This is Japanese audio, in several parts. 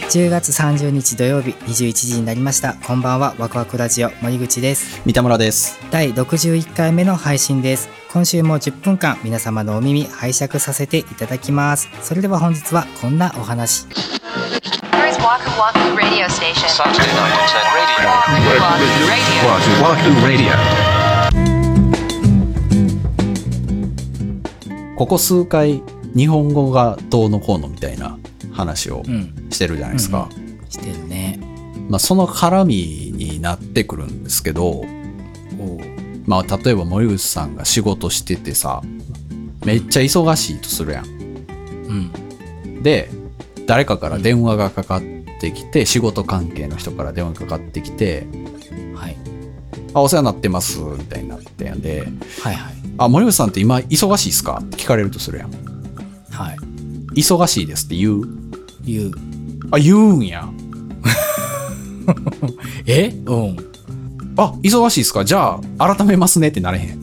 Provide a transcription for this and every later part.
10月30日土曜日21時になりました。こんばんは。ワクワクラジオ森口です。 三田村です。 第61回目の配信です。今週も10分間皆様のお耳拝借させていただきます。それでは本日はこんなお話。 ここ数回日本語がどうのこうのみたいな話をしてるじゃないですか。 してるね。 その絡みになってくるんですけど、例えば森口さんが仕事しててさ、めっちゃ忙しいとするやん。で、誰かから電話がかかってきて、仕事関係の人から電話がかかってきて、お世話になってますみたいになってんで、森口さんって今忙しいっすかって聞かれるとするやん。忙しいですって言う。言うんや。忙しいっすか、じゃあ改めますねってなれへん。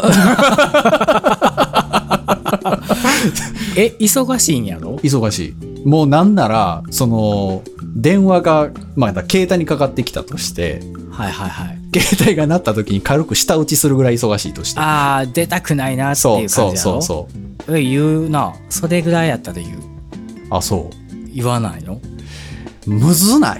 忙しいんやろ。 忙しい。もうなんならその電話が携帯にかかってきたとして、携帯が鳴った時に軽く舌打ちするぐらい忙しいとして、 出たくないなっていう感じやろ。そう言うな。それぐらいやったら言う。そう言わないの？ むずない？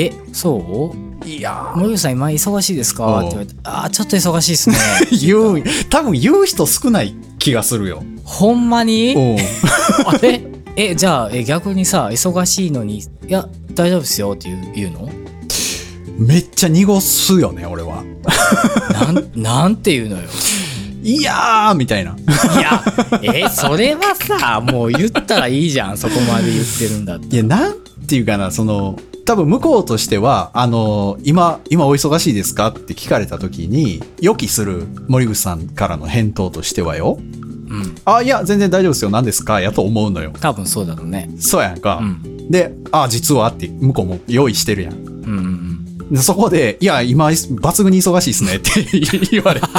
そう？いや森口さん今忙しいですかって言われて、ちょっと忙しいですね。 多分言う人少ない気がするよ。 ほんまに？じゃあ逆にさ、忙しいのに、いや大丈夫ですよって言うの？ めっちゃ濁すよね俺は。 なんて言うのよ。 いやーみたいな。 いやそれはさ、もう言ったらいいじゃん。そこまで言ってるんだって。 いやなんていうかな、多分向こうとしては今お忙しいですかって聞かれた時に予期する森口さんからの返答としてはよ、いや全然大丈夫ですよ、何ですかやと思うのよ。 多分そうだろうね。 そうやんか、で実はって向こうも用意してるやん。でそこでいや今抜群に忙しいっすねって言われた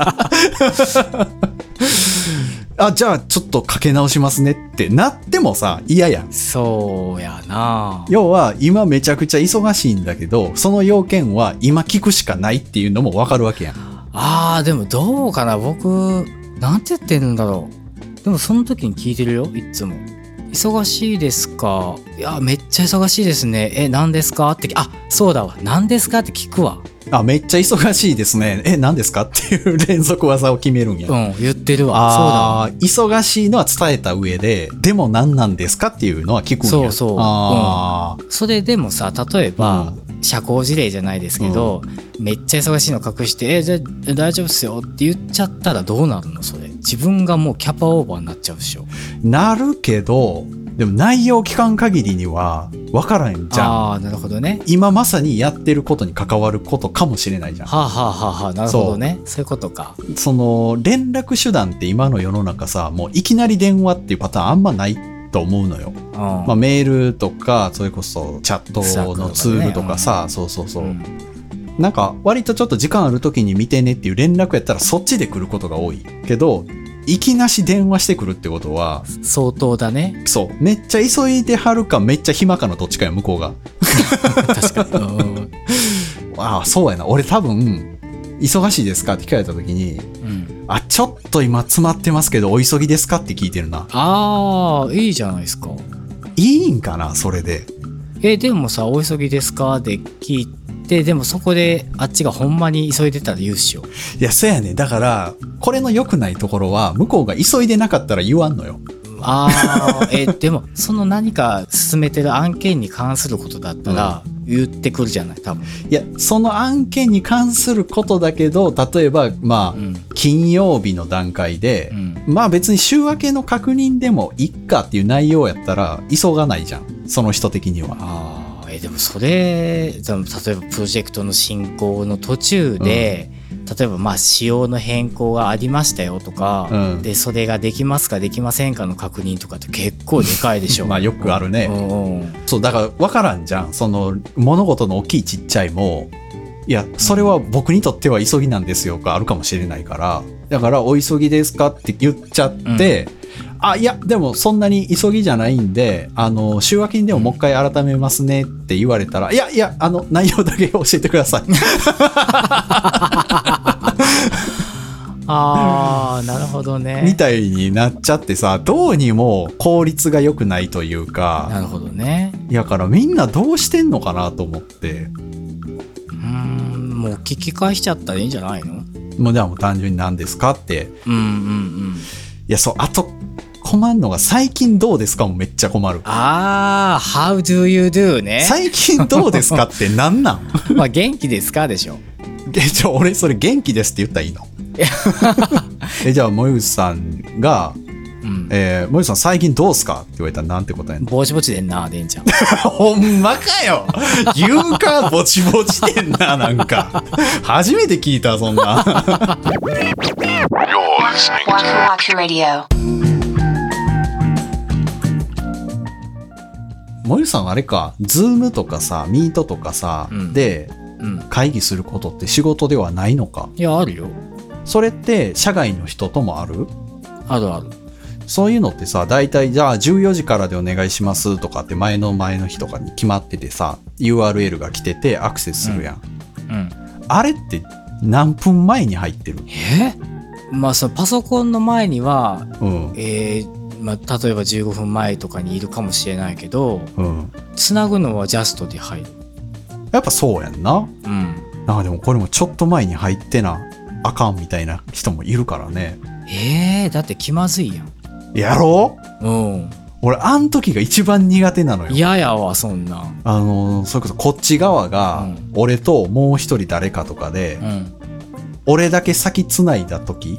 らじゃあちょっとかけ直しますねってなってもさ、嫌やん。 そうやな。 要は今めちゃくちゃ忙しいんだけど、その要件は今聞くしかないっていうのも分かるわけやん。 でもどうかな、僕なんて言ってるんだろう。でもその時に聞いてるよ、いつも。忙しいですか？いやめっちゃ忙しいですね。何ですかって。そうだわ、何ですかって聞くわ。 めっちゃ忙しいですね。何ですかっていう連続技を決めるんや。 言ってるわ。そうだわ。 忙しいのは伝えた上で、でも何なんですかっていうのは聞くんや。 それでもさ、例えば、社交辞令じゃないですけど、めっちゃ忙しいの隠してじゃあ大丈夫っすよって言っちゃったらどうなるの？それ自分がもうキャパオーバーになっちゃうでしょ。なるけど、でも内容聞かん限りには分からんじゃん。 なるほどね。 今まさにやってることに関わることかもしれないじゃん。 なるほどね。そういうことか。 その連絡手段って今の世の中さ、もういきなり電話っていうパターンあんまないと思うのよ。メールとかそれこそチャットのツールとかさ、なんか割とちょっと時間ある時に見てねっていう連絡やったらそっちで来ることが多いけど、いきなし電話してくるってことは相当だね。 そう、めっちゃ急いではるかめっちゃ暇かのどっちかや、向こうが。 確かに。 そうやな。俺多分忙しいですかって聞かれた時に、ちょっと今詰まってますけどお急ぎですかって聞いてるな。 いいじゃないですか。 いいんかなそれで。 でもさ、お急ぎですかって聞いて、でもそこであっちがほんまに急いでたら言うっしょ。 いやそうやね。だからこれの良くないところは、向こうが急いでなかったら言わんのよ。 でもその何か進めてる案件に関することだったら言ってくるじゃない、多分。 いやその案件に関することだけど、例えば金曜日の段階で、別に週明けの確認でもいっかっていう内容やったら急がないじゃん、その人的には。 でもそれ、例えばプロジェクトの進行の途中で、例えば仕様の変更がありましたよとか、でそれができますかできませんかの確認とかって結構でかいでしょ。 よくあるね。そうだから分からんじゃん、その物事の大きいちっちゃいも。いやそれは僕にとっては急ぎなんですよがあるかもしれないから、だからお急ぎですかって言っちゃって、 いや、でもそんなに急ぎじゃないんで、週明けにでももう一回改めますねって言われたら、いや、内容だけ教えてください。 あー、なるほどね。 みたいになっちゃってさ、どうにも効率が良くないというか。 なるほどね。 だからみんなどうしてんのかなと思って。 もう聞き返しちゃったらいいんじゃないの？ もうでも単純に何ですかって。いや、そう、あと、困るのが最近どうですかもめっちゃ困る。 how do you do ね。 最近どうですかって何なん？ まあ元気ですかでしょ。 俺それ元気ですって言ったらいいの？じゃあ森口さんが、森口さん最近どうすかって言われたらなんて答えんの？ ぼちぼちでんな、でんちゃん。 ほんまかよ。言うか、ぼちぼちでんな、なんか。初めて聞いた、そんな。森口さんあれか、ズームとかさ、ミートとかさ、で、会議することって仕事ではないのか？ いや、あるよ。 それって社外の人ともある？ あるある。 そういうのってさ、大体じゃあ14時からでお願いしますとかって前の日とかに決まっててさ、URL が来ててアクセスするやん。あれって何分前に入ってる？ まあそのパソコンの前には、まあ、例えば15分前とかにいるかもしれないけど、つなぐのはジャストで入る。 やっぱそうやんな。なんかでもこれもちょっと前に入ってなあかんみたいな人もいるからね。 だって気まずいやん。 やろう？俺あん時が一番苦手なのよ。 嫌やわ、そんな。 それこそこっち側が俺ともう一人誰かとかで、俺だけ先繋いだ時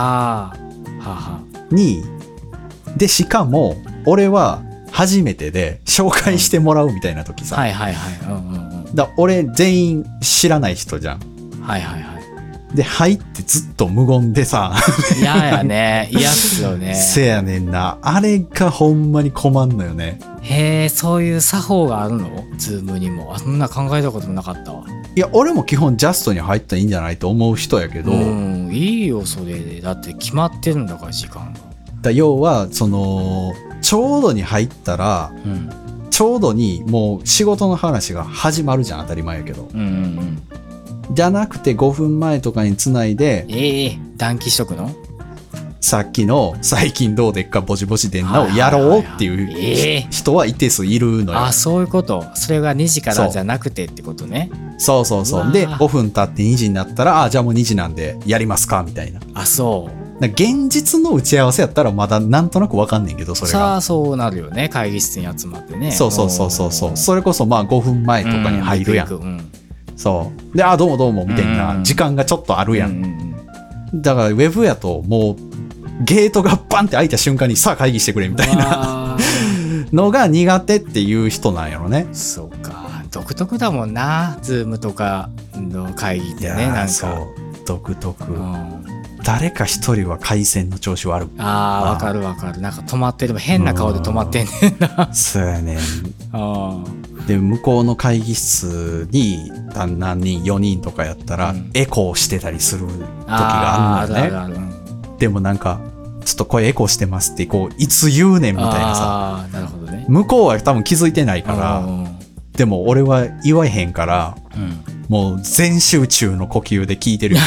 に、でしかも俺は初めてで紹介してもらうみたいな時さ、だ俺全員知らない人じゃん。で入ってずっと無言でさ、 嫌やね。嫌っすよね。 せやねんな。あれがほんまに困んのよね。 そういう作法があるの？ズームにも。そんな考えたこともなかったわ。 いや、俺も基本ジャストに入ったらいいんじゃないと思う人やけど。 いいよ、それで。だって決まってるんだから、時間が。 要は、ちょうどに入ったら、ちょうどにもう仕事の話が始まるじゃん、当たり前やけど。じゃなくて5分前とかにつないで、 暖気しとくの？ さっきの最近どうでっかぼちぼちでんなをやろうっていう人は一定数いるのよ。 そういうこと。それが2時からじゃなくてってことね。 そう。で、5分経って2時になったら、じゃあもう2時なんでやりますかみたいな。現実の打ち合わせやったらまだなんとなくわかんねんけど、それが。そうなるよね。会議室に集まってね。 そう。それこそまあ5分前とかに入るやん。そうで、どうもどうもみたいな時間がちょっとあるやん。だからウェブやともうゲートがバンって開いた瞬間にさあ会議してくれみたいなのが苦手っていう人なんやろね。 そうか、独特だもんな、ズームとかの会議ってね。なんかそう独特、誰か一人は回線の調子悪い。 わかる。なんか止まってる、変な顔で止まってんねんな。 そうやねん。で向こうの会議室に何人4人とかやったら、エコーしてたりする時があるのよね。でもなんかちょっと声エコーしてますってこういつ言うねんみたいなさ。 なるほどね。 向こうは多分気づいてないから、でも俺は言わへんから、もう全集中の呼吸で聞いてるよ。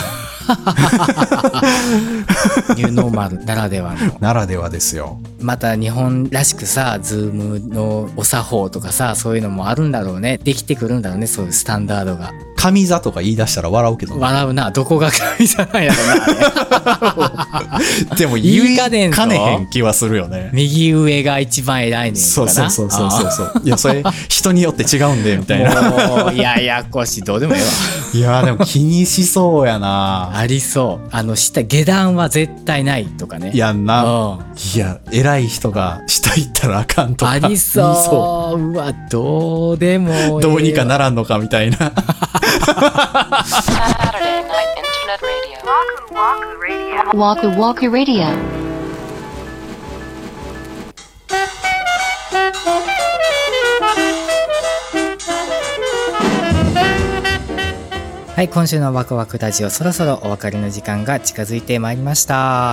ニューノーマルならではの。 ならではですよ。 また日本らしくさ、ズームのお作法とかさ、そういうのもあるんだろうね。できてくるんだろうね、そういうスタンダードが。 上座とか言い出したら笑うけど、ね、 笑うな。どこが上座なんやろな。 でも言いかねへん気はするよね。 右上が一番偉いねんかな。 そう。いや、それ人によって違うんでみたいな。 もうややこしい。どうでもええわ。 いやでも気にしそうやな。 ありそう。下下段は絶対ないとかね。 やんな。いや偉い人が下行ったらあかんとか。 ありそう。うわ、どうでもええわ。 どうにかならんのかみたいな。 Waku Waku Radio. はい、今週のワクワクラジオ、そろそろお別れの時間が近づいてまいりました。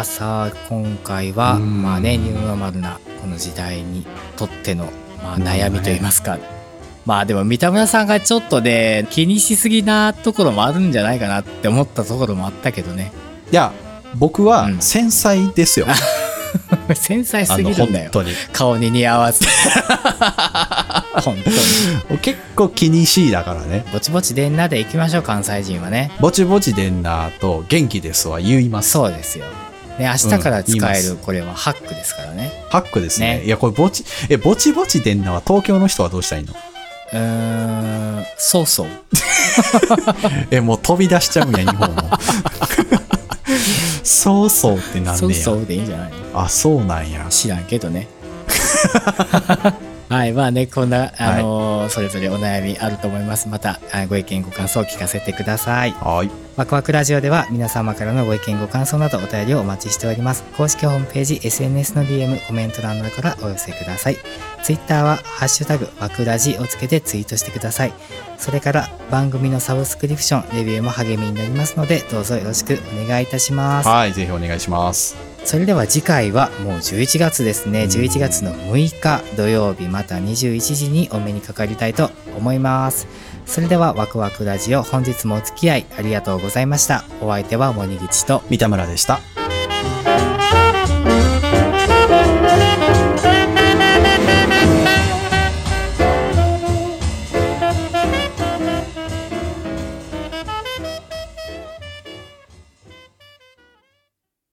さあ今回はまあね、ニューノーマルなこの時代にとってのまあ悩みといいますか、まあでも三田村さんがちょっとね気にしすぎなところもあるんじゃないかなって思ったところもあったけどね。 いや僕は繊細ですよ、 繊細すぎるんだよ、 本当に顔に似合わず本当に結構気にしいだからね。 ぼちぼちでんなでいきましょう、関西人はね。 ぼちぼちでんなと元気ですは言います。 そうですよね。明日から使えるこれはハックですからね。 ハックですね。いやこれぼちぼちでんなは東京の人はどうしたらいいの？ そうそうもう飛び出しちゃうんや日本もそうそうってなんねや。 そうそうでいいんじゃないの？ あ、そうなんや。 知らんけどねはい、まあね、こんなそれぞれお悩みあると思います。またご意見ご感想を聞かせてください。 はい。 ワクワクラジオでは皆様からのご意見ご感想などお便りをお待ちしております。公式ホームページ SNS の DM コメント欄などからお寄せください。ツイッターはハッシュタグワクラジをつけてツイートしてください。それから番組のサブスクリプションレビューも励みになりますので、どうぞよろしくお願いいたします。 はい、ぜひお願いします。 それでは次回はもう11月ですね。11月の6日土曜日また21時にお目にかかりたいと思います。それではワクワクラジオ、本日もお付き合いありがとうございました。お相手は森口と三田村でした。